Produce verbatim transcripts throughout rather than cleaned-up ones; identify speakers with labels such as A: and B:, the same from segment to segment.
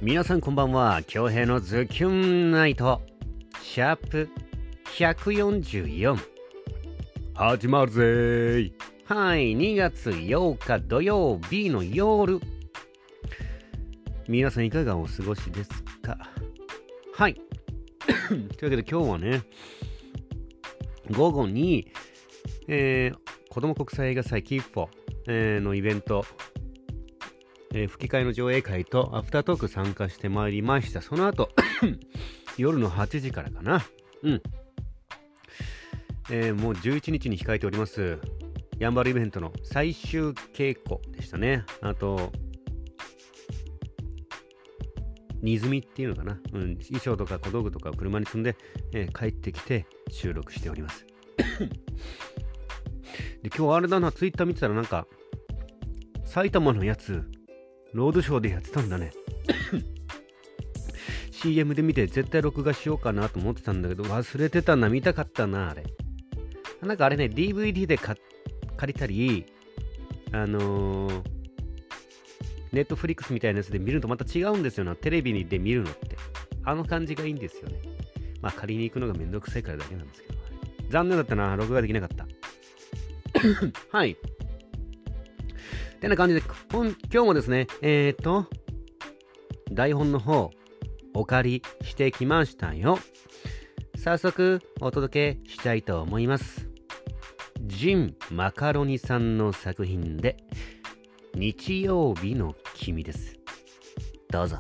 A: 皆さんこんばんは。恭平のズキュンナイトシャープひゃくよんじゅうよん始まるぜー。はい、にがつようか土曜日の夜、皆さんいかがお過ごしですか？はいというわけで今日はね、午後に、えー、子供国際映画祭キーフォ、えー、のイベント、えー、吹き替えの上映会とアフタートーク参加してまいりました。その後夜のはちじからかな、うん、えー、もうじゅういちにちに控えておりますやんばるイベントの最終稽古でしたね。あと荷積みっていうのかな、うん、衣装とか小道具とかを車に積んで、えー、帰ってきて収録しておりますで今日あれだな、ツイッター見てたらなんか埼玉のやつロードショーでやってたんだねシーエム で見て絶対録画しようかなと思ってたんだけど忘れてたな。見たかったな。あれなんかあれね ディーブイディー で借りたりあのー、ネットフリックスみたいなやつで見るのとまた違うんですよな。テレビで見るのってあの感じがいいんですよね。まあ借りに行くのがめんどくさいからだけなんですけど、残念だったな、録画できなかったはいてな感じで今日もですね、えーと台本の方お借りしてきましたよ。早速お届けしたいと思います。ジン・マカロニさんの作品で日曜日の君です。どうぞ。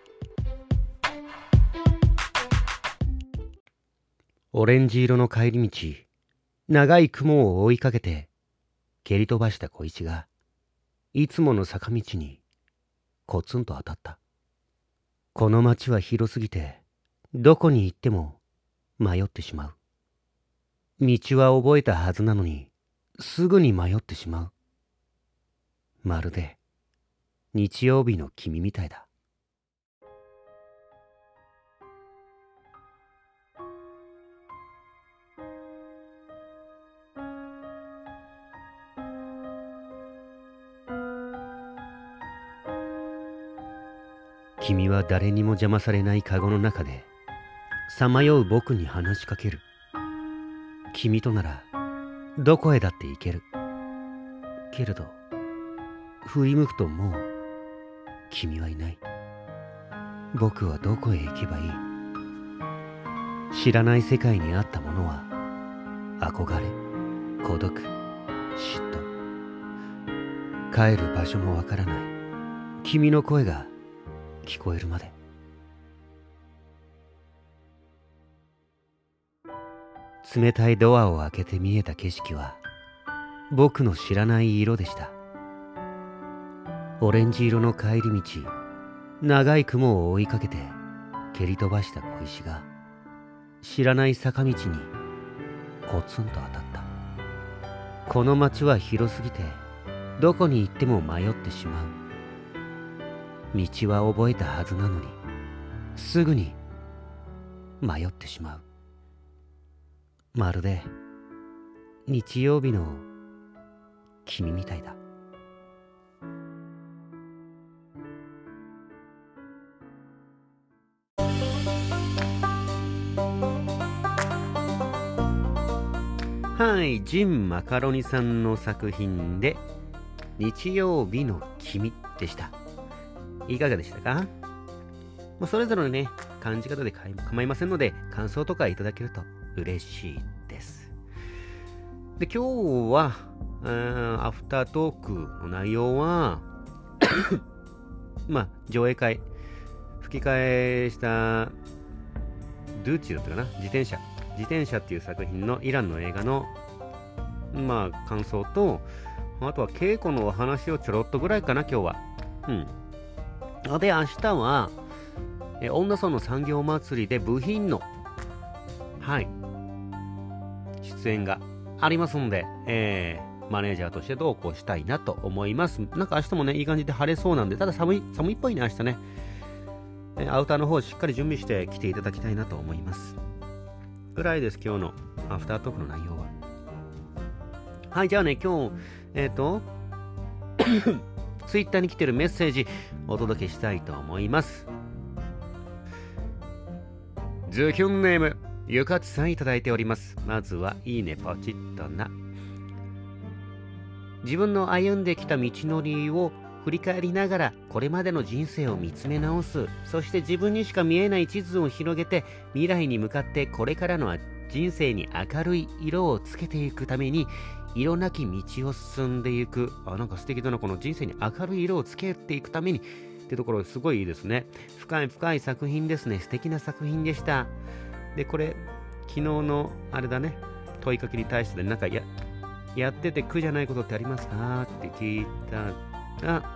A: オレンジ色の帰り道、長い雲を追いかけて蹴り飛ばした小石がいつもの坂道にコツンと当たった。この街は広すぎてどこに行っても迷ってしまう。道は覚えたはずなのにすぐに迷ってしまう。まるで日曜日の君みたいだ。君は誰にも邪魔されないカゴの中でさまよう僕に話しかける。君とならどこへだって行ける。けれど振り向くともう君はいない。僕はどこへ行けばいい。知らない世界にあったものは憧れ、孤独、嫉妬。帰る場所もわからない君の声が聞こえるまで。冷たいドアを開けて見えた景色は僕の知らない色でした。オレンジ色の帰り道、長い雲を追いかけて蹴り飛ばした小石が知らない坂道にコツンと当たった。この街は広すぎてどこに行っても迷ってしまう。道は覚えたはずなのにすぐに迷ってしまう。まるで日曜日の君みたいだ。はい、ジン・マカロニさんの作品で日曜日の君でした。いかがでしたか？まあ、それぞれのね感じ方で構いませんので感想とかいただけると嬉しいです。で今日はアフタートークの内容はまあ上映会吹き替えしたドゥーチだったかな、自転車自転車っていう作品のイランの映画のまあ感想と、あとは稽古のお話をちょろっとぐらいかな今日は。うんで明日はえ女村の産業祭りで部品のはい出演がありますので、えー、マネージャーとして同行したいなと思います。なんか明日もねいい感じで晴れそうなんで、ただ寒い寒いっぽいね明日ね。えアウターの方しっかり準備して来ていただきたいなと思いますぐらいです、今日のアフタートークの内容は。はい、じゃあね今日えっ、ー、とツイッターに来てるメッセージお届けしたいと思います。 ズキュンネームゆかつさんいただいております。まずはいいねポチッとな。自分の歩んできた道のりを振り返りながらこれまでの人生を見つめ直す。そして自分にしか見えない地図を広げて未来に向かってこれからの人生に明るい色をつけていくために色なき道を進んでいく。あ、なんか素敵だな。この人生に明るい色をつけていくためにってところすごいいいですね。深い深い作品ですね。素敵な作品でした。でこれ昨日のあれだね、問いかけに対してなんかややってて苦じゃないことってありますかって聞いたら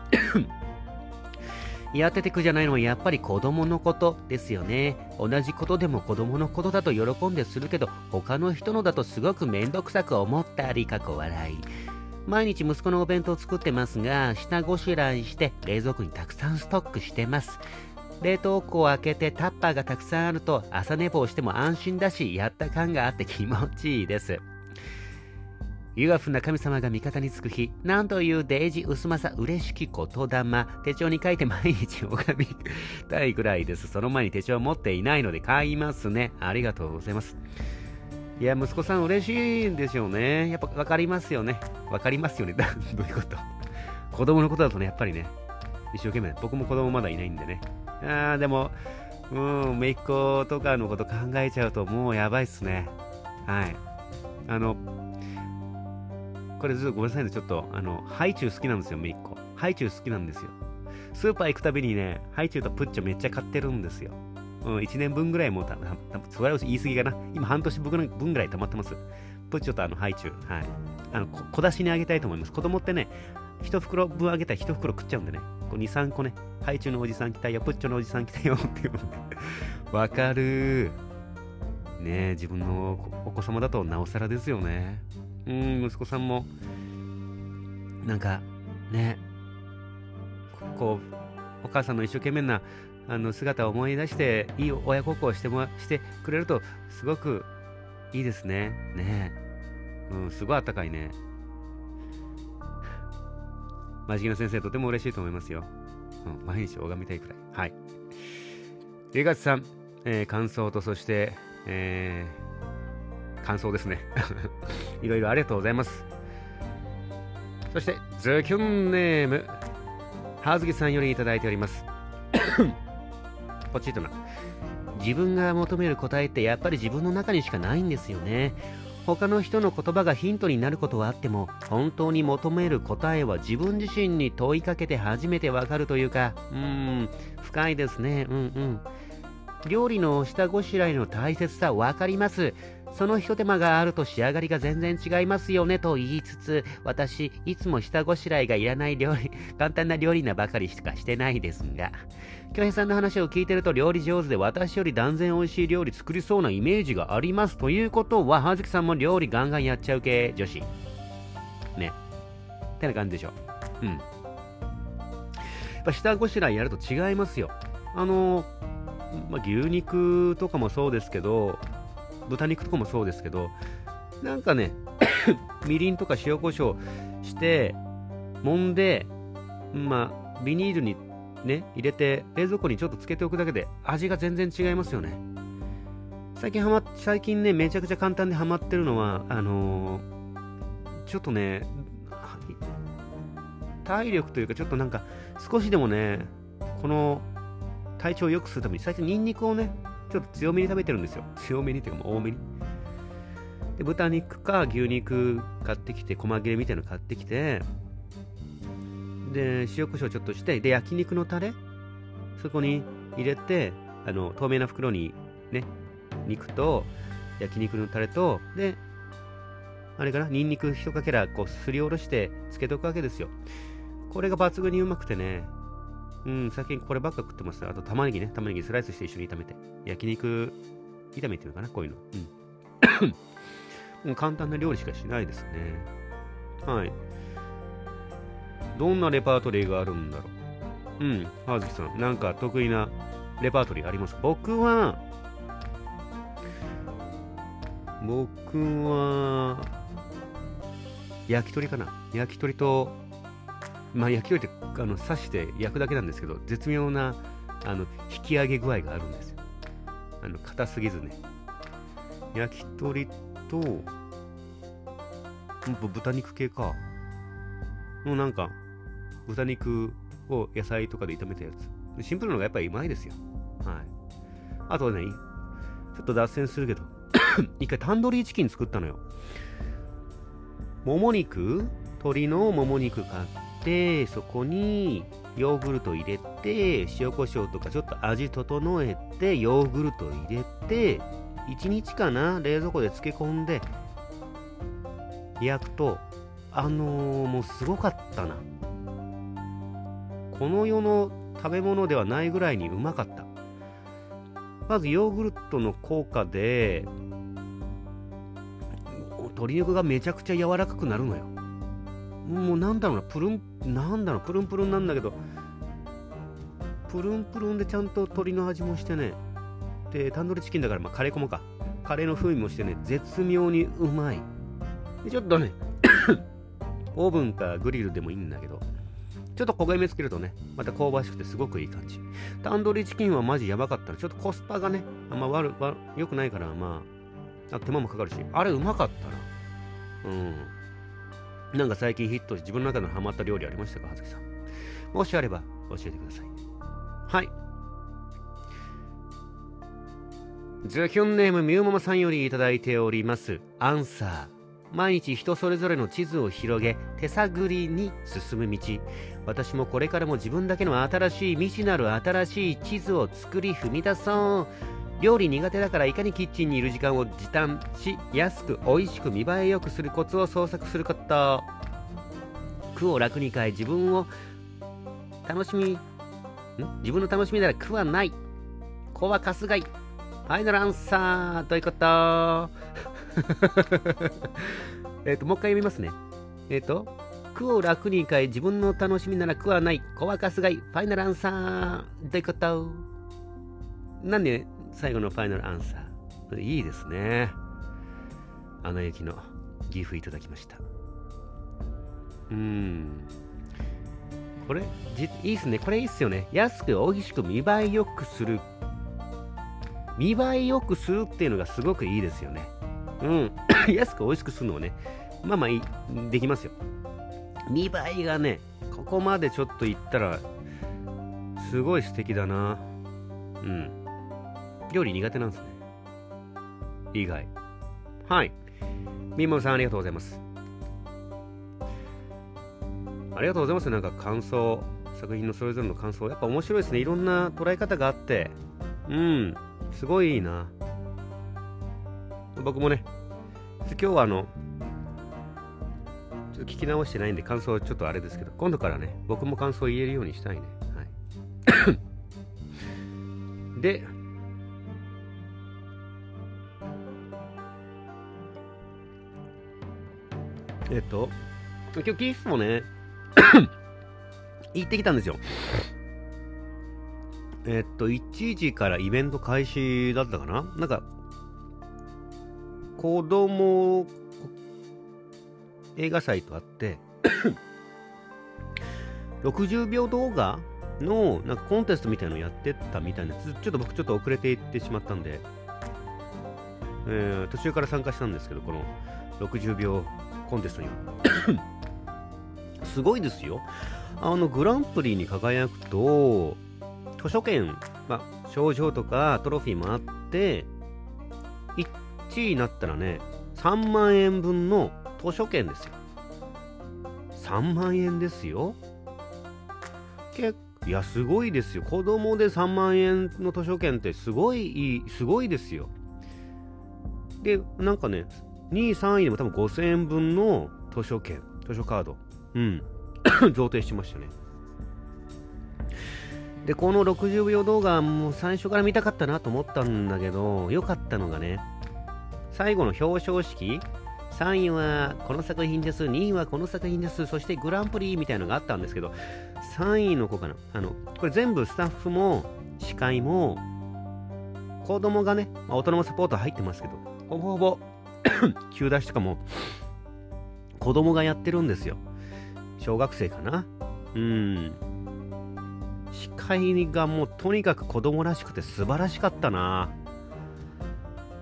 A: やってて苦じゃないのはやっぱり子供のことですよね。同じことでも子供のことだと喜んでするけど他の人のだとすごくめんどくさく思ったり、過去笑い。毎日息子のお弁当を作ってますが下ごしらえして冷蔵庫にたくさんストックしてます。冷凍庫を開けてタッパーがたくさんあると朝寝坊しても安心だしやった感があって気持ちいいです。ユガフな神様が味方につく日、なんというデージ薄まさ嬉しき言霊。手帳に書いて毎日拝みたいぐらいです。その前に手帳を持っていないので買いますね。ありがとうございます。いや、息子さん嬉しいんでしょうね。やっぱ分かりますよね。分かりますよね。どういうこと？子供のことだとね、やっぱりね、一生懸命。僕も子供まだいないんでね。あー、でも、うん、姪っ子とかのこと考えちゃうともうやばいっすね。はい。あの、これずっとごめんなさいね。ちょっと、あの、ハイチュウ好きなんですよ、姪っ子。ハイチュウ好きなんですよ。スーパー行くたびにね、ハイチュウとプッチョめっちゃ買ってるんですよ。うん、いちねんぶんぐらいもうた、たそれは言い過ぎかな。今半年分ぐらい溜まってます。プッチョとあの、ハイチュウ。はい。あの、小出しにあげたいと思います。子供ってね、一袋分あげたら一袋食っちゃうんでね。こうに、さんこね、ハイチュウのおじさん来たよ、プッチョのおじさん来たよっていう。わかるー。ねえ、自分のお子様だとなおさらですよね。うん、息子さんも、なんか、ね、こう、お母さんの一生懸命なあの姿を思い出して、いい親孝行してもしてくれると、すごくいいですね。ねえ。うん、すごいあったかいね。真面目な先生、とても嬉しいと思いますよ。うん、毎日拝みたいくらい。はい。りがつさん、えー、感想と、そして、えー、感想ですね。いろいろありがとうございます。そして、ズキュンネーム、はずきさんよりいただいております。ポチッとな。自分が求める答えってやっぱり自分の中にしかないんですよね。他の人の言葉がヒントになることはあっても、本当に求める答えは自分自身に問いかけて初めてわかるというか、うーん、深いですね。うんうん。料理の下ごしらえの大切さわかります。その一手間があると仕上がりが全然違いますよねと言いつつ、私いつも下ごしらえがいらない料理、簡単な料理なばかりしかしてないですが、京平さんの話を聞いてると料理上手で私より断然美味しい料理作りそうなイメージがあります。ということは、はずきさんも料理ガンガンやっちゃう系女子ねってな感じでしょ。うん。やっぱ下ごしらえやると違いますよ。あのまあ、牛肉とかもそうですけど、豚肉とかもそうですけど、なんかねみりんとか塩コショウして揉んで、まあビニールにね入れて冷蔵庫にちょっとつけておくだけで味が全然違いますよね。最近はま最近ねめちゃくちゃ簡単でハマってるのはあのー、ちょっとね体力というか、ちょっとなんか少しでもねこの体調を良くするために最近ニンニクをねちょっと強めに食べてるんですよ。強めにっていうかもう多めに。で豚肉か牛肉買ってきて、細切れみたいなの買ってきて、で塩コショウちょっとして、で焼肉のタレそこに入れて、あの透明な袋にね肉と焼肉のタレと、であれかな、ニンニク一かけらこうすりおろしてつけておくわけですよ。これが抜群にうまくてね、うん、最近こればっか食ってます。あと玉ねぎね、玉ねぎスライスして一緒に炒めて、焼肉炒めっていうのかな、こういうの。うん。もう簡単な料理しかしないですね。はい。どんなレパートリーがあるんだろう。うん、はずきさん、なんか得意なレパートリーありますか？僕は、僕は、焼き鳥かな。焼き鳥と、まあ焼き鳥ってあの刺して焼くだけなんですけど、絶妙なあの引き上げ具合があるんですよ。 あの硬すぎずね。焼き鳥と豚肉系か。もうなんか豚肉を野菜とかで炒めたやつ。シンプルのがやっぱりうまいですよ。はい。あとね、ちょっと脱線するけど、一回タンドリーチキン作ったのよ。もも肉、鶏のもも肉買って、そこにヨーグルト入れて、塩コショウとかちょっと味整えて、ヨーグルト入れて、いちにちかな、冷蔵庫で漬け込んで焼くと、あのー、もうすごかったな。この世の食べ物ではないぐらいにうまかった。まずヨーグルトの効果で鶏肉がめちゃくちゃ柔らかくなるのよ。もうなんだろうな、プルンなんだろうプルンプルンなんだけど、プルンプルンでちゃんと鶏の味もしてね。でタンドリーチキンだから、まあカレー粉もか、カレーの風味もしてね、絶妙にうまい。でちょっとねオーブンかグリルでもいいんだけど、ちょっと焦げ目つけるとね、また香ばしくてすごくいい感じ。タンドリーチキンはマジやばかったら、ちょっとコスパがね、あんま悪悪良くないから、まあ、あ手間もかかるし、あれうまかったな。うん。なんか最近ヒットし、自分の中でハマった料理ありましたか、はずきさん。もしあれば教えてください。はい。ズキュンネームみゆママさんよりいただいております。アンサー。毎日人それぞれの地図を広げ、手探りに進む道。私もこれからも自分だけの新しい未知なる新しい地図を作り踏み出そう。料理苦手だから、いかにキッチンにいる時間を時短し、安く美味しく見栄えよくするコツを創作すること。苦を楽に変え、自分を楽しみん自分の楽しみなら苦はない。子はかすがい。ファイナルアンサーということえっともう一回読みますね。えっ、ー、と苦を楽に変え、自分の楽しみなら苦はない。子はかすがい。ファイナルアンサーということ。なんで最後のファイナルアンサー。いいですね。アナ雪のギフいただきました。うーんこれじいいっすね。これいいっすよね。安く美味しく見栄えよくする。見栄えよくするっていうのがすごくいいですよね。うん安く美味しくするのはね、まあまあいいできますよ。見栄えがね、ここまでちょっといったらすごい素敵だな。うん。料理苦手なんですね。意外。はい。みもさんありがとうございます。ありがとうございます。なんか感想、作品のそれぞれの感想、やっぱ面白いですね。いろんな捉え方があって、うん、すごいいいな。僕もね、今日はあの、ちょっと聞き直してないんで感想ちょっとあれですけど、今度からね、僕も感想言えるようにしたいね。はい。で、えっと、今日キッフもね、行ってきたんですよ。えっと、いちじからイベント開始だったかな。なんか、子供映画祭とあって、ろくじゅうびょう動画のなんかコンテストみたいなのやってたみたいな。ちょっと僕ちょっと遅れていってしまったんで、えー、途中から参加したんですけど、このろくじゅうびょうコンテストには。すごいですよ。あのグランプリに輝くと図書券、まあ、賞状とかトロフィーもあって、いちいになったらね、さんまんえんぶんの図書券ですよ。さんまんえんですよ。結構、いやすごいですよ。子供でさんまんえんの図書券ってすごいいい、すごいですよ。でなんかね、にいさんいでも多分ごせんえんぶんの図書券、図書カード、うん贈呈しましたね。でこのろくじゅうびょう動画も最初から見たかったなと思ったんだけど、良かったのがね、最後の表彰式、さんいはこの作品です、にいはこの作品です、そしてグランプリみたいなのがあったんですけど、さんいの子かな、あのこれ全部スタッフも司会も子供がね、まあ、大人もサポート入ってますけど、ほぼほぼ急出しとかも子供がやってるんですよ。小学生かな。うん。司会がもうとにかく子供らしくて素晴らしかったな。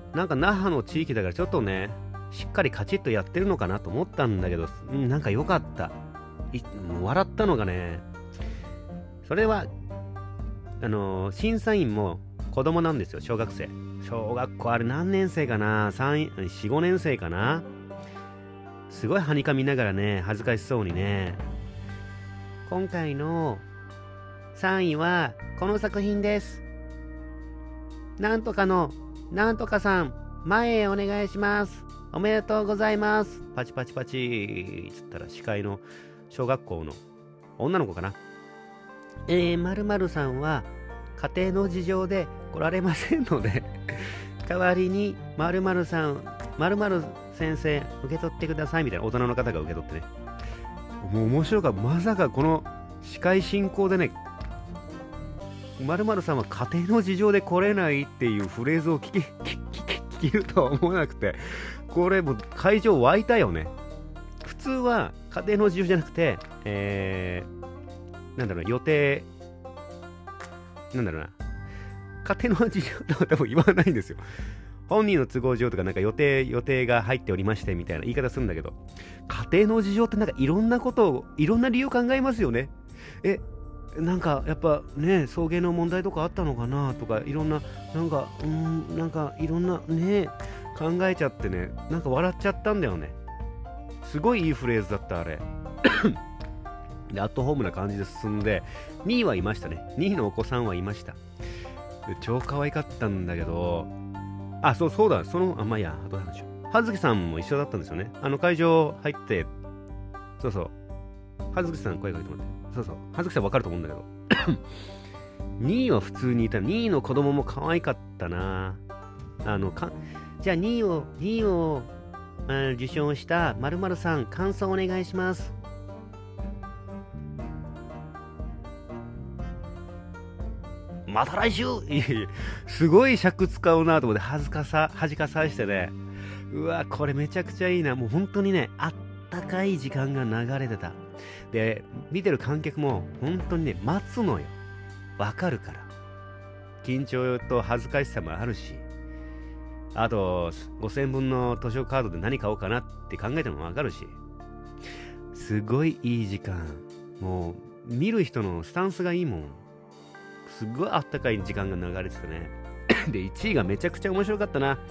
A: なんか那覇の地域だからちょっとね、しっかりカチッとやってるのかなと思ったんだけど、うん、なんか良かった。い笑ったのがね、それは、あのー、審査員も子供なんですよ、小学生。小学校あれ何年生かな ?さん、よん、ごねん生かな。すごいはにかみながらね、恥ずかしそうにね、今回のさんいはこの作品です。なんとかの、なんとかさん、前へお願いします。おめでとうございます。パチパチパチつったら司会の小学校の女の子かな。えー、〇〇さんは家庭の事情で来られませんので、代わりに〇〇さん、〇〇先生受け取ってくださいみたいな大人の方が受け取ってね。もう面白かった。まさかこの司会進行でね、〇〇さんは家庭の事情で来れないっていうフレーズを聞き、聞き、聞けるとは思わなくて、これもう会場湧いたよね。普通は家庭の事情じゃなくて、えー、なんだろう、予定、なんだろうな、家庭の事情とは多分言わないんですよ。本人の都合上とか、なんか予定、予定が入っておりましてみたいな言い方するんだけど、家庭の事情ってなんかいろんなことを、いろんな理由を考えますよね。え、なんかやっぱね、送迎の問題とかあったのかなとか、いろんな、なんか、うーん、なんかいろんなね、考えちゃってね、なんか笑っちゃったんだよね。すごいいいフレーズだった、あれ。で、アットホームな感じで進んで、にいはいましたね。にいのお子さんはいました。超可愛かったんだけど、あ、そうそうだ、その、あ、まあいいや、後で話しよう。葉月さんも一緒だったんですよね。あの会場入って、そうそう、葉月さん声かけてもらって、そうそう、葉月さん分かると思うんだけど、にいは普通にいた。にいの子供も可愛かったな。あの、か、じゃあにいを、にいを、あ受賞した〇〇さん、感想お願いします。また来週すごい尺使うなと思って恥ずかさ、恥かさしてね。うわ、これめちゃくちゃいいな。もう本当にね、あったかい時間が流れてた。で、見てる観客も本当にね、待つのよ。わかるから。緊張と恥ずかしさもあるし、あと、ごせんぶんの図書カードで何買おうかなって考えてもわかるし、すごいいい時間。もう、見る人のスタンスがいいもん。すごいあったかい時間が流れてたね。で、いちいがめちゃくちゃ面白かったな。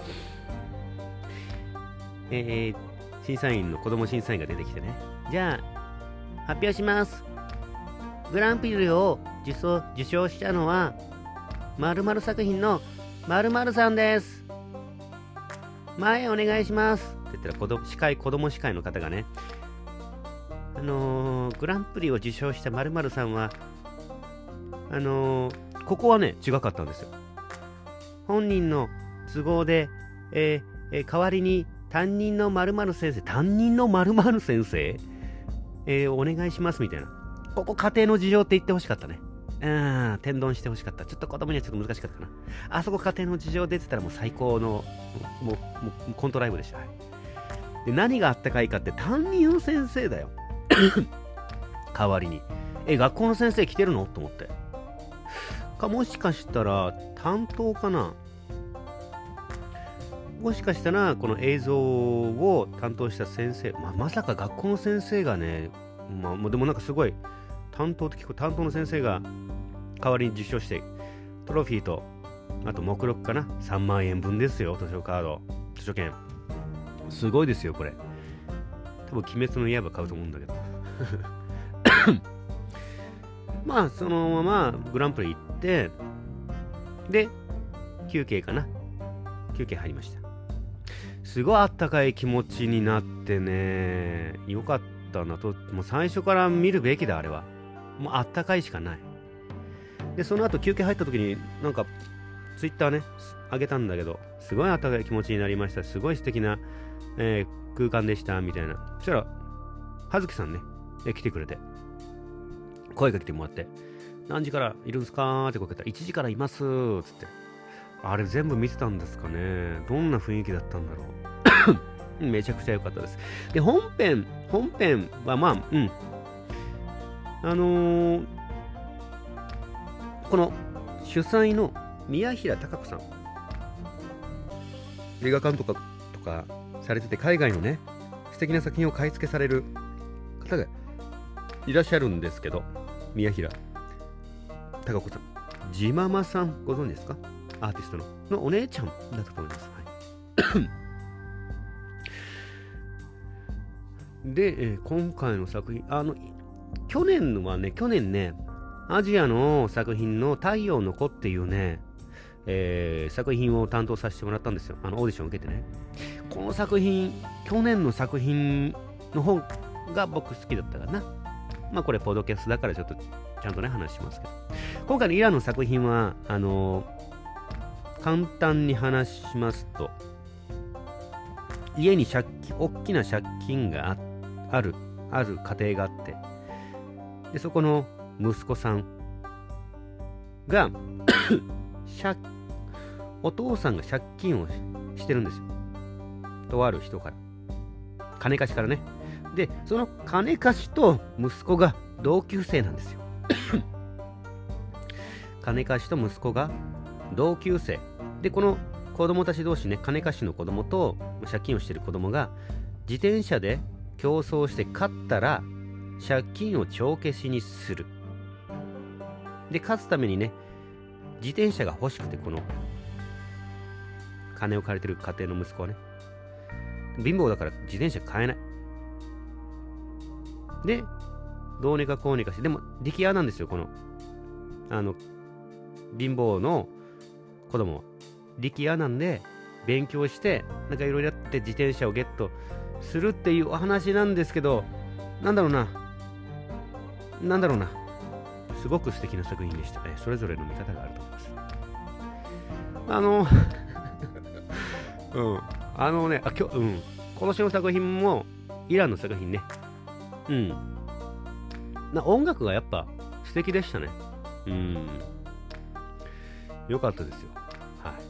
A: えー、審査員の子供審査員が出てきてね。じゃあ、発表します。グランプリを受賞、受賞したのは、〇〇作品の〇〇さんです。前お願いします。って言ったら、子供、司会、子供司会の方がね、あのー、グランプリを受賞した〇〇さんは、あのー、ここはね、違かったんですよ。本人の都合で、えーえー、代わりに担任の〇〇先生、担任の〇〇先生、えー、お願いしますみたいな。ここ家庭の事情って言ってほしかったね。うん、天丼してほしかった。ちょっと子供にはちょっと難しかったかな。あそこ家庭の事情出てたらもう最高の、もう、もうコントライブでした。はい、で、何があったかいかって担任の先生だよ。代わりに。え、学校の先生来てるのと思って。か、もしかしたら担当かな。もしかしたらこの映像を担当した先生、まあ、まさか学校の先生がね、まあ、でもなんかすごい担当って聞く、担当の先生が代わりに受賞してトロフィーとあと目録かな、さんまんえんぶんですよ。図書カード、図書券すごいですよこれ。多分鬼滅の刃買うと思うんだけどまあそのままグランプリ行ってで休憩かな、休憩入りました。すごいあったかい気持ちになってね、よかったなと。もう最初から見るべきだ、あれは。もうあったかいしかない。でその後休憩入った時になんかツイッターね上げたんだけど、すごいあったかい気持ちになりました、すごい素敵な、えー、空間でしたみたいな。そしたら葉月さんね、え来てくれて声かけてもらって、何時からいるんすかって声かけたら、いちじからいますーっつって。あれ全部見てたんですかね。どんな雰囲気だったんだろうめちゃくちゃ良かったです。で本編本編はまあうんあのー、この主催の宮平貴子さん、 映画監督とかされてて、海外のね素敵な作品を買い付けされる方がいらっしゃるんですけど、宮平貴子さん、ジママさんご存知ですか？アーティストののお姉ちゃんだったと思います。はい、で、えー、今回の作品、あの去年のはね、去年ね、アジアの作品の太陽の子っていうね、えー、作品を担当させてもらったんですよ。あのオーディションを受けてね。この作品、去年の作品の方が僕好きだったかな。まあこれポッドキャストだからちょっとちゃんとね話しますけど、今回のイランの作品はあのー、簡単に話しますと、家に借金、大きな借金が あ, あるある家庭があって、でそこの息子さんが借お父さんが借金をしてるんですよ、とある人から、金貸しからね。でその金貸しと息子が同級生なんですよ金貸しと息子が同級生で、この子供たち同士ね、金貸しの子供と借金をしている子供が自転車で競争して勝ったら借金を帳消しにする。で勝つためにね、自転車が欲しくて、この金を借りてる家庭の息子はね、貧乏だから自転車買えない。でどうにかこうにかして、でも力也なんですよ、このあの貧乏の子供は力也なんで、勉強してなんかいろいろやって自転車をゲットするっていうお話なんですけど、なんだろうななんだろうなすごく素敵な作品でしたね。それぞれの見方があると思います。あのうんあのねあ今日うん今年の作品もイランの作品ね、うんな音楽がやっぱ素敵でしたね。うんよかったですよ。はい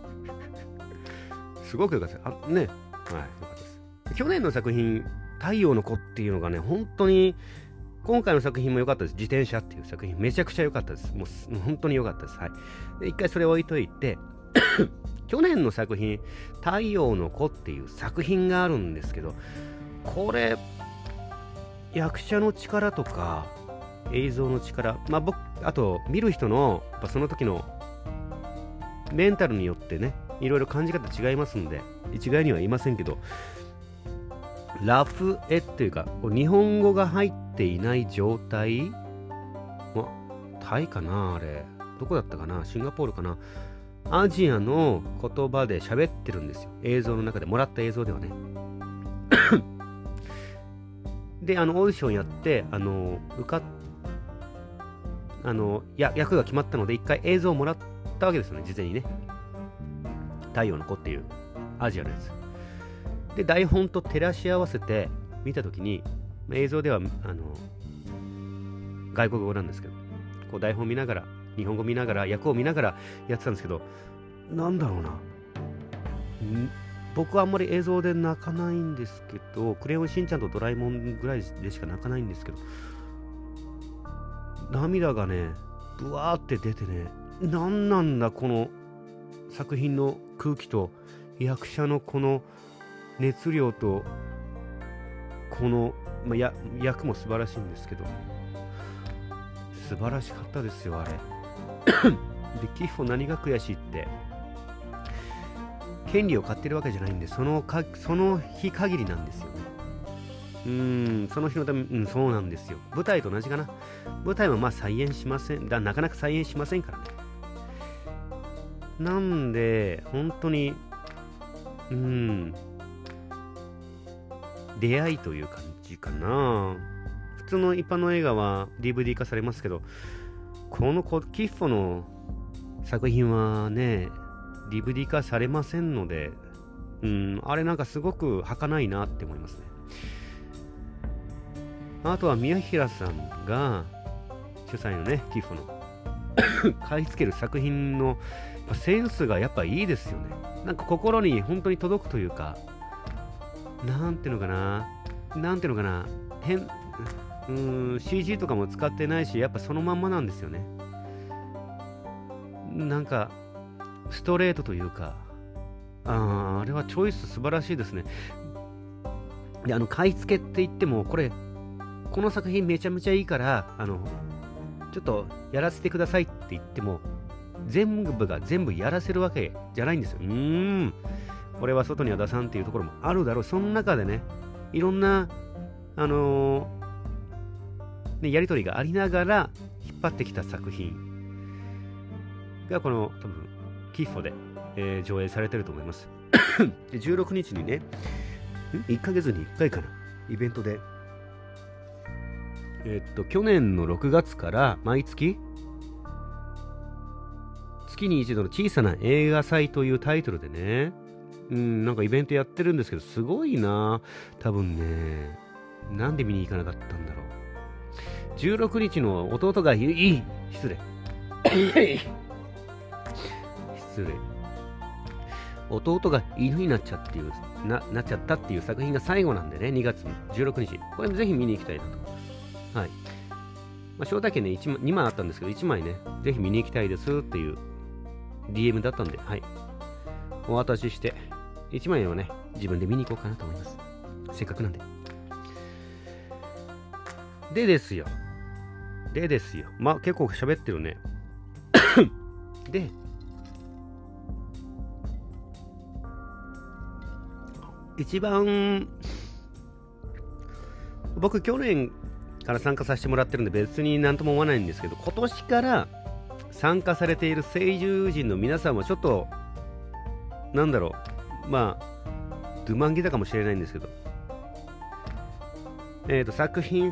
A: すごくよかった。あねはいよかったです。去年の作品太陽の子っていうのがね、本当に今回の作品も良かったです。自転車っていう作品めちゃくちゃ良かったです。もう本当に良かったです。はい。で一回それ置いといて去年の作品太陽の子っていう作品があるんですけど、これ役者の力とか映像の力、まあ僕あと見る人のやっぱその時のメンタルによってね、いろいろ感じ方違いますんで一概には言いませんけど、ラフ絵っていうか日本語が入っていない状態、まタイかな、あれどこだったかな、シンガポールかな、アジアの言葉で喋ってるんですよ、映像の中でもらった映像ではねであのオーディションやってあの受かっあのや役が決まったので一回映像をもらったわけですよね、事前にね。太陽の子っていうアジアのやつで台本と照らし合わせて見たときに、映像ではあの外国語なんですけど、こう台本見ながら日本語見ながら役を見ながらやってたんですけど、なんだろうな、僕はあんまり映像で泣かないんですけど、クレヨンしんちゃんとドラえもんぐらいでしか泣かないんですけど、涙がねブワーって出てね、なんなんだこの作品の空気と役者のこの熱量とこの、まあ、や役も素晴らしいんですけど、素晴らしかったですよあれでキッフォ何が悔しいって、権利を買ってるわけじゃないんで、そのかその日限りなんですよね。うーんその日のため、うんそうなんですよ。舞台と同じかな。舞台もまあ再演しませんだ、なかなか再演しませんからね。なんで本当にうーん出会いという感じかな。普通の一般の映画は ディーブイディー 化されますけど、このキッフォの作品はね ディーブイディー 化されませんので、うんあれなんかすごく儚いなって思いますね。あとは宮平さんが主催のねキッフォの買い付ける作品のセンスがやっぱいいですよね。なんか心に本当に届くというか、なんていうのかななんていうのかな変うーん シージー とかも使ってないし、やっぱそのまんまなんですよね。なんかストレートというか、 ああれはチョイス素晴らしいですね。で、あの買い付けって言っても、これこの作品めちゃめちゃいいからあのちょっとやらせてくださいって言っても全部が全部やらせるわけじゃないんですよ。うーんこれは外には出さんっていうところもあるだろう。その中でね、いろんなあのーね、やりとりがありながら引っ張ってきた作品がこの多分キッフォで、えー上映されてると思います。でじゅうろくにちにね、んいっかげつにいっかいかな、イベントでえーっと去年のろくがつから毎月月に一度の小さな映画祭というタイトルでね、うんなんかイベントやってるんですけど、すごいな。多分ね、なんで見に行かなかったんだろう。じゅうろくにちの弟がいい失礼失礼弟が犬になっちゃっていうななっちゃったっていう作品が最後なんでね、にがつじゅうろくにち、これぜひ見に行きたいなと。はい。まあ、招待券ね、いちまいにまいあったんですけど、いちまいね、ぜひ見に行きたいですっていう ディーエム だったんで、はい。お渡しして、いちまいはね、自分で見に行こうかなと思います。せっかくなんで。でですよ。でですよ。まあ、結構喋ってるね。で、一番、僕去年から参加させてもらってるんで別になんとも思わないんですけど、今年から参加されている声優陣の皆さんはちょっとなんだろう、まあドゥマンギだかもしれないんですけど、えっと作品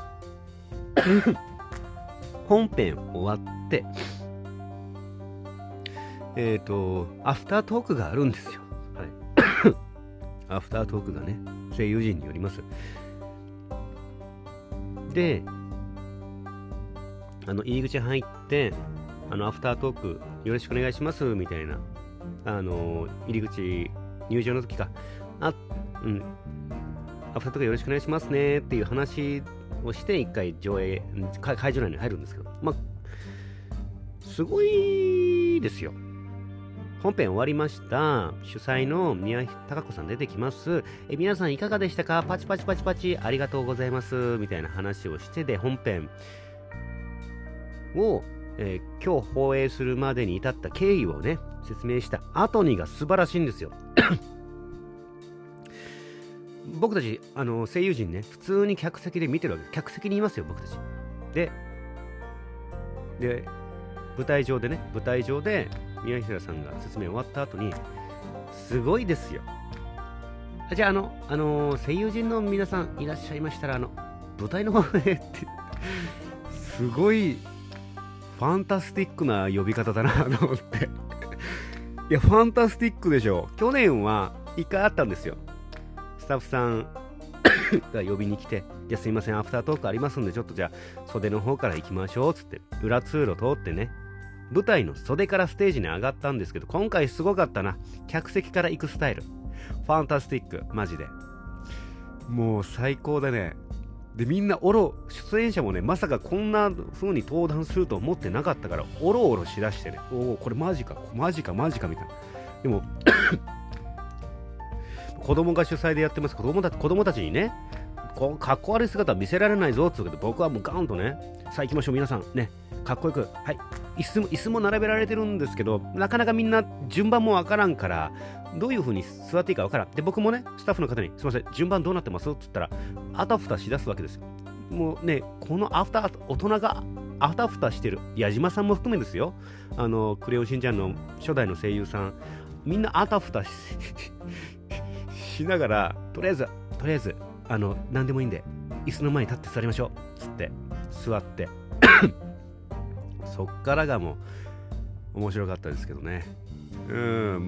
A: 本編終わってえっとアフタートークがあるんですよ。はいアフタートークがね、声優陣によります。で、あの入り口入ってあのアフタートークよろしくお願いしますみたいな、あの入り口入場の時か、あ、うん、アフタートークよろしくお願いしますねっていう話をして一回上映会場内に入るんですけど、まあすごいですよ。本編終わりました。主催の宮城貴子さん出てきます。え、皆さんいかがでしたか？パチパチパチパチ、ありがとうございます。みたいな話をしてで、本編を、えー今日放映するまでに至った経緯をね、説明した後にが素晴らしいんですよ。僕たち、あの、声優陣ね、普通に客席で見てるわけです。客席にいますよ、僕たち。で、で、舞台上でね、舞台上で、宮平さんが説明終わった後にすごいですよ。じゃああのあの声優陣の皆さんいらっしゃいましたらあの舞台の方へってすごいファンタスティックな呼び方だなと思っていやファンタスティックでしょ。去年はいっかいあったんですよ。スタッフさんが呼びに来て、じゃあすいませんアフタートークありますんでちょっとじゃあ袖の方から行きましょうっつって裏通路通ってね、舞台の袖からステージに上がったんですけど、今回すごかったな。客席から行くスタイル。ファンタスティック。マジで。もう最高だね。で、みんなおろ、出演者もね、まさかこんな風に登壇すると思ってなかったから、おろおろしだしてね。おお、これマジか、マジか、マジか、みたいな。でも、子供が主催でやってます。子供た子供たちにね、こうかっこ悪い姿は見せられないぞって言うけど、僕はもうガーンとね、さあ行きましょう皆さんね、かっこよく、はい、椅子も椅子も並べられてるんですけど、なかなかみんな順番もわからんから、どういう風に座っていいかわからん。で、僕もね、スタッフの方に、すいません、順番どうなってますって言ったら、あたふたしだすわけですよ。もうね、このアフター、大人があたふたしてる、矢島さんも含めですよ、あの、クレヨンしんちゃんの初代の声優さん、みんなあたふたし、しながら、とりあえず、とりあえず、あの、何でもいいんで、椅子の前に立って座りましょう。つって、座って。そっからがもう、面白かったですけどね。うん、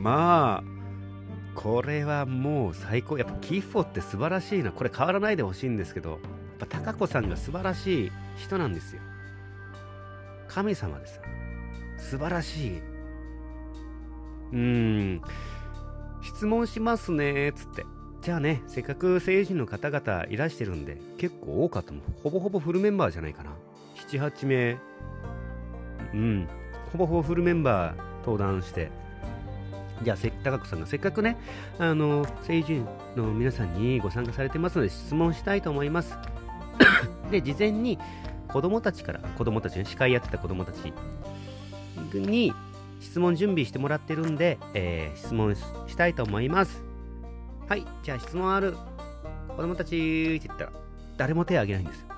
A: まあ、これはもう最高。やっぱキッフォって素晴らしいな。これ変わらないでほしいんですけど、やっぱ貴子さんが素晴らしい人なんですよ。神様です。素晴らしい。うーん、質問しますねつって。じゃあね、せっかく声優陣の方々いらしてるんで、結構多かったもん。ほぼほぼフルメンバーじゃないかな。なな、はちめい。うん。ほぼほぼフルメンバー登壇して、 じゃあ、せ高子さんがせっかくね、あの、声優陣の皆さんにご参加されてますので、質問したいと思います。で、事前に子供たちから、子供たちね、司会やってた子供たちに質問準備してもらってるんで、えー、質問 し, したいと思います。はい、じゃあ質問ある。子供たちって言ったら、誰も手を挙げないんですよ。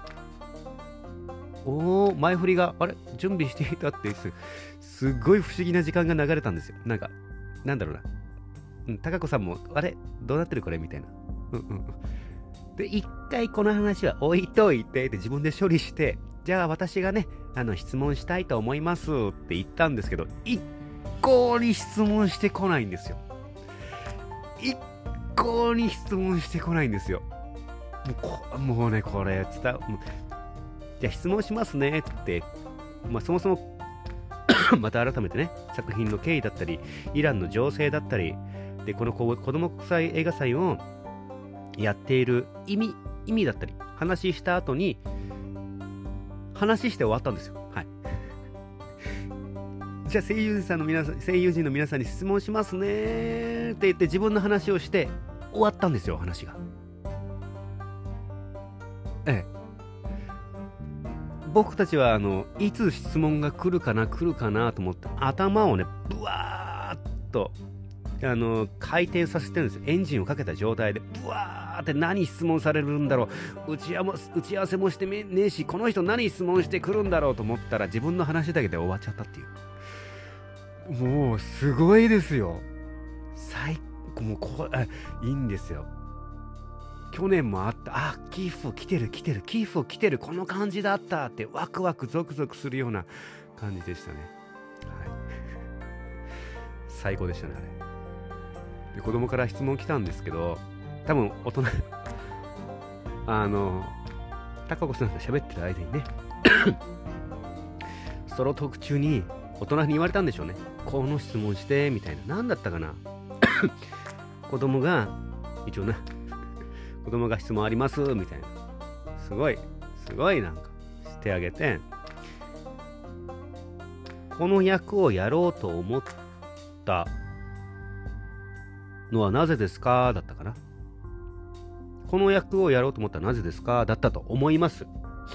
A: おー、前振りが、あれ準備していたってす、すっごい不思議な時間が流れたんですよ。なんか、なんだろうな。うん、高子さんも、あれどうなってるこれみたいな。うんうんうん。で、一回この話は置いといて、で自分で処理して、じゃあ私がね、あの、質問したいと思いますって言ったんですけど、一向に質問してこないんですよ。一向に質問してこないんですよ。もう、こもうね、これ、伝う。じゃあ質問しますねって、まあ、そもそもまた改めてね、作品の経緯だったり、イランの情勢だったり、で、この子供国際映画祭をやっている意味、意味だったり、話した後に、話して終わったんですよ。はい。じゃあ声優さんの皆さん、声優陣の皆さんに質問しますねって言って自分の話をして終わったんですよ、話が。ええ。僕たちはあのいつ質問が来るかな来るかなと思って頭をねブワーッとあの回転させてるんですよ。エンジンをかけた状態でブワーって何質問されるんだろう、打ち合わ打ち合わせもしてねえし、この人何質問してくるんだろうと思ったら自分の話だけで終わっちゃったっていう。もうすごいですよ。最高。もうこあいいんですよ。去年もあった、あ、キーフ来てる来てるキーフ来てるこの感じだったってワクワクゾクゾクするような感じでしたね。はい、最高でしたね。あれで子供から質問来たんですけど、多分大人あの高子さんと喋ってる間にねソロトーク中に大人に言われたんでしょうね。この質問してみたいな。何だったかな子供が一応な子供が質問ありますみたいな、すごいすごいなんかしてあげて、この役をやろうと思ったのはなぜですかだったかな。この役をやろうと思ったらなぜですかだったと思います。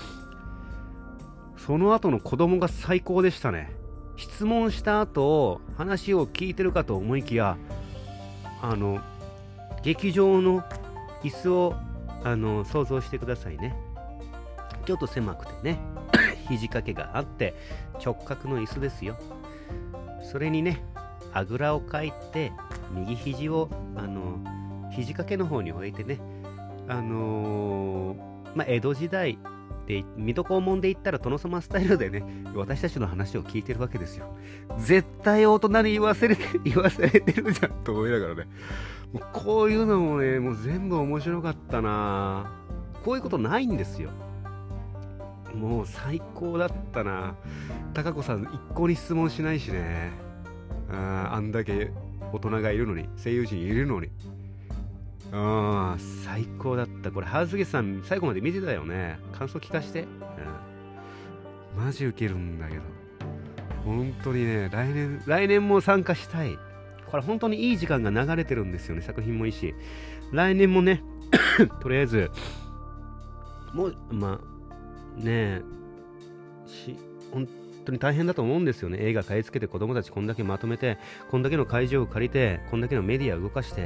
A: その後の子供が最高でしたね。質問した後話を聞いてるかと思いきや、あの劇場の椅子をあの想像してくださいね。ちょっと狭くてね肘掛けがあって直角の椅子ですよ。それにねあぐらをかいて右肘をあの肘掛けの方に置いてね、あのー、まあ江戸時代で水戸黄門で言ったら殿様スタイルでね私たちの話を聞いてるわけですよ。絶対大人に言わせれて言わされてるじゃんと思いながらね、もうこういうのもねもう全部面白かったな。こういうことないんですよ。もう最高だったな。高子さん一向に質問しないしね。あ, あんだけ大人がいるのに、声優陣いるのに、あ最高だった。これハウスゲさん最後まで見てたよね。感想聞かして、うん、マジウケるんだけど本当にね、来年来年も参加したい。これ本当にいい時間が流れてるんですよね。作品もいいし来年もねとりあえずもうまあねえし本当に大変だと思うんですよね。映画買い付けて子供たちこんだけまとめてこんだけの会場を借りてこんだけのメディアを動かして、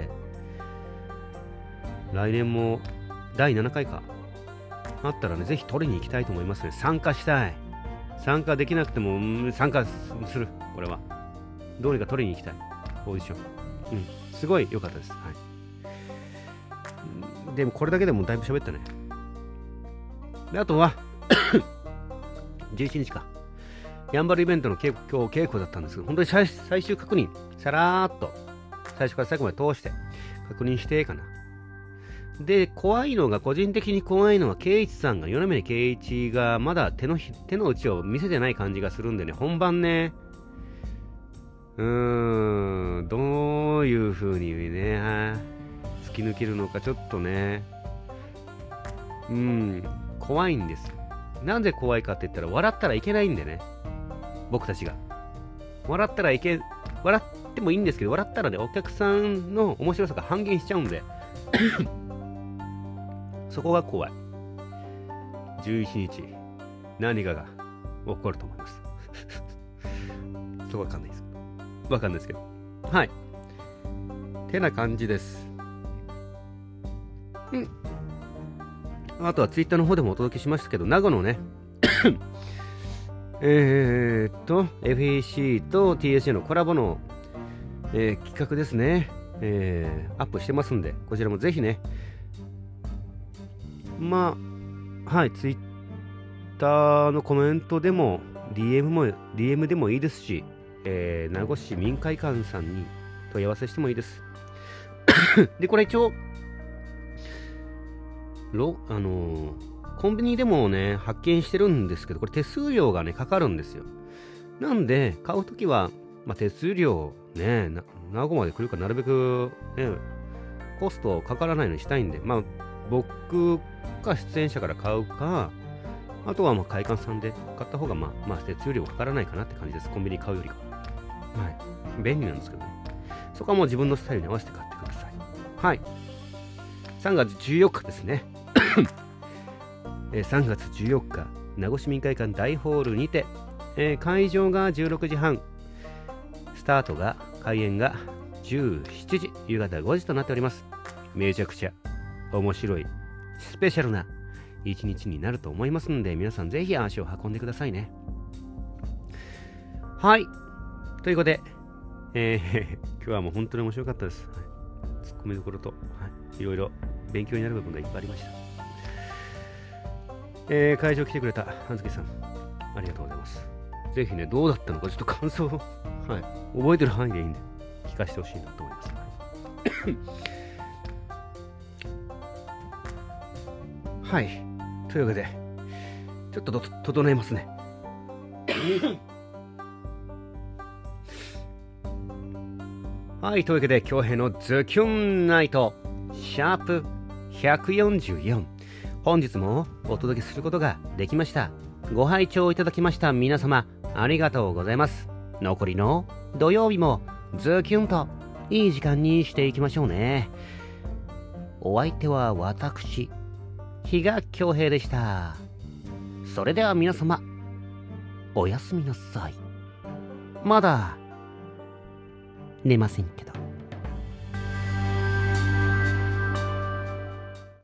A: 来年もだいななかいかあったらねぜひ取りに行きたいと思いますね。参加したい。参加できなくても、うん、参加する。これはどうにか取りに行きたい。オーディション、うん、すごい良かったです。はい。でもこれだけでもだいぶ喋ったね。であとはじゅういちにちかやんばるイベントの稽古今日稽古だったんですけど、本当に最最終確認さらーっと最初から最後まで通して確認してかな。で怖いのが個人的に怖いのは圭一さんが米峰圭一がまだ手の手の内を見せてない感じがするんでね、本番ねうーんどういう風にね突き抜けるのかちょっとねうん怖いんですよ。なんで怖いかって言ったら笑ったらいけないんでね。僕たちが笑ったらいけ笑っってもいいんですけど、笑ったらね、お客さんの面白さが半減しちゃうんで、そこが怖い。じゅういちにち、何かが起こると思います。そうわかんないです。わかんないですけど。はい。てな感じです。うん。あとはツイッターの方でもお届けしましたけど、名護のね、えーっと、エフイーシー と ティーエスジェー のコラボの、えー、企画ですね、えー、アップしてますんで、こちらもぜひね、まあ、はい、ツイッターのコメントでも、ディーエム も、ディーエム でもいいですし、えー、名護市民会館さんに問い合わせしてもいいです。で、これ一応、ロあのー、コンビニでもね、発見してるんですけど、これ手数料がね、かかるんですよ。なんで、買うときは、まあ、手数料ね、な名護まで来るからなるべく、ね、コストかからないのにしたいんで、まあ、僕か出演者から買うか、あとはまあ会館さんで買った方が、まあ、まあ、手数料かからないかなって感じです。コンビニ買うよりか。はい。便利なんですけどね。そこはもう自分のスタイルに合わせて買ってください。はい。さんがつじゅうよっかですね。さんがつじゅうよっか、名護市民会館大ホールにて、えー、会場がじゅうろくじはん、スタートが、開演がじゅうしちじ、夕方ごじとなっております。めちゃくちゃ面白い、スペシャルな一日になると思いますので、皆さんぜひ足を運んでくださいね。はい。ということで、えー、今日はもう本当に面白かったです。はい、ツッコミどころと、はい、いろいろ勉強になる部分がいっぱいありました。えー、会場来てくれた半月さん、ありがとうございます。ぜひね、どうだったのかちょっと感想を、はい、覚えてる範囲でいいんで、聞かせてほしいなと思います。はい。というわけで、ちょっとと整えますね。はい。というわけで、恭平のズキュンナイト、シャープひゃくよんじゅうよん。本日もお届けすることができました。ご拝聴いただきました皆様、ありがとうございます。残りの土曜日もズキュンといい時間にしていきましょうね。お相手は私、比嘉恭平でした。それでは皆様、おやすみなさい。まだ寝ませんけど。